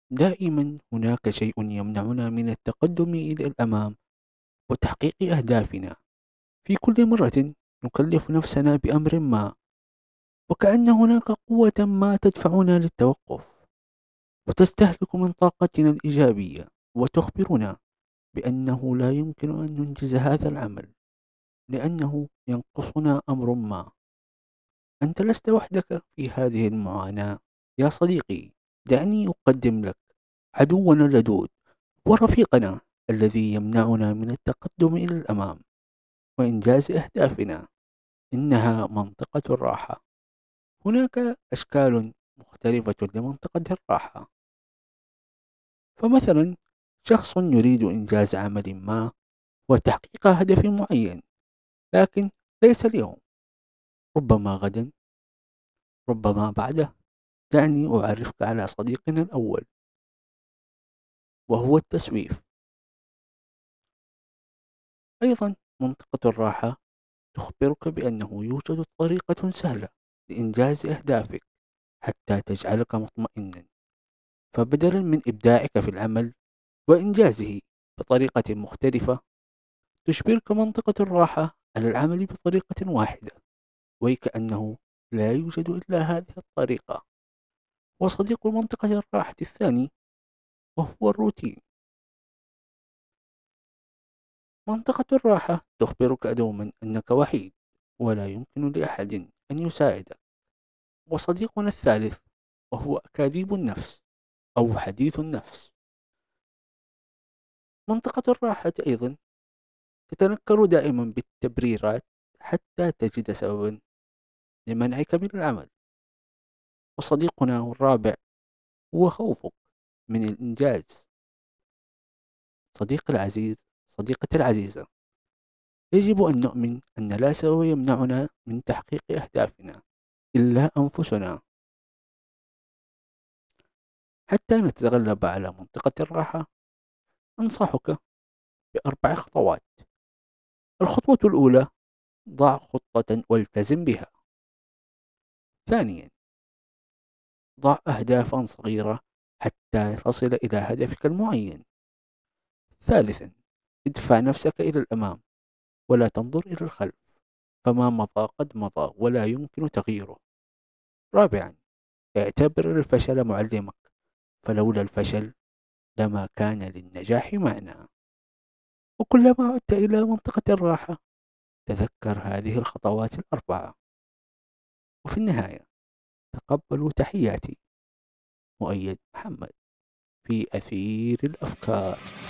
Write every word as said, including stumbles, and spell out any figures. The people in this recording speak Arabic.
دائما هناك شيء يمنعنا من التقدم إلى الأمام وتحقيق أهدافنا. في كل مرة نكلف نفسنا بأمر ما، وكأن هناك قوة ما تدفعنا للتوقف، وتستهلك من طاقتنا الإيجابية، وتخبرنا بأنه لا يمكن أن ننجز هذا العمل لأنه ينقصنا أمر ما. أنت لست وحدك في هذه المعاناة يا صديقي. دعني أقدم لك عدونا اللدود ورفيقنا الذي يمنعنا من التقدم إلى الأمام وإنجاز أهدافنا. إنها منطقة الراحة. هناك أشكال مختلفة لمنطقة الراحة. فمثلا شخص يريد إنجاز عمل ما وتحقيق هدف معين، لكن ليس اليوم، ربما غدا، ربما بعده. دعني أعرفك على صديقنا الأول، وهو التسويف. أيضا منطقة الراحة تخبرك بأنه يوجد طريقة سهلة لإنجاز أهدافك حتى تجعلك مطمئنا. فبدلا من إبداعك في العمل وإنجازه بطريقة مختلفة، تجبرك منطقة الراحة على العمل بطريقة واحدة، وكأنه لا يوجد إلا هذه الطريقة. وصديق منطقة الراحة الثاني وهو الروتين. منطقة الراحة تخبرك دوما أنك وحيد ولا يمكن لأحد أن يساعدك. وصديقنا الثالث وهو أكاذيب النفس أو حديث النفس. منطقة الراحة أيضا تتنكر دائما بالتبريرات حتى تجد سببا لمنعك من العمل. وصديقنا الرابع هو خوفك من الإنجاز. صديقي العزيز، صديقتي العزيزة، يجب أن نؤمن أن لا سبب يمنعنا من تحقيق أهدافنا إلا أنفسنا. حتى نتغلب على منطقة الراحة، أنصحك بأربع خطوات. الخطوة الأولى: ضع خطة والتزم بها. ثانيا: ضع أهدافا صغيرة حتى تصل إلى هدفك المعين. ثالثا: ادفع نفسك إلى الأمام ولا تنظر إلى الخلف، فما مضى قد مضى ولا يمكن تغييره. رابعا: اعتبر الفشل معلمك، فلولا الفشل لما كان للنجاح معنى. وكلما عدت إلى منطقة الراحة، تذكر هذه الخطوات الأربعة. وفي النهاية، تقبلوا تحياتي، مؤيد محمد، في أثير الأفكار.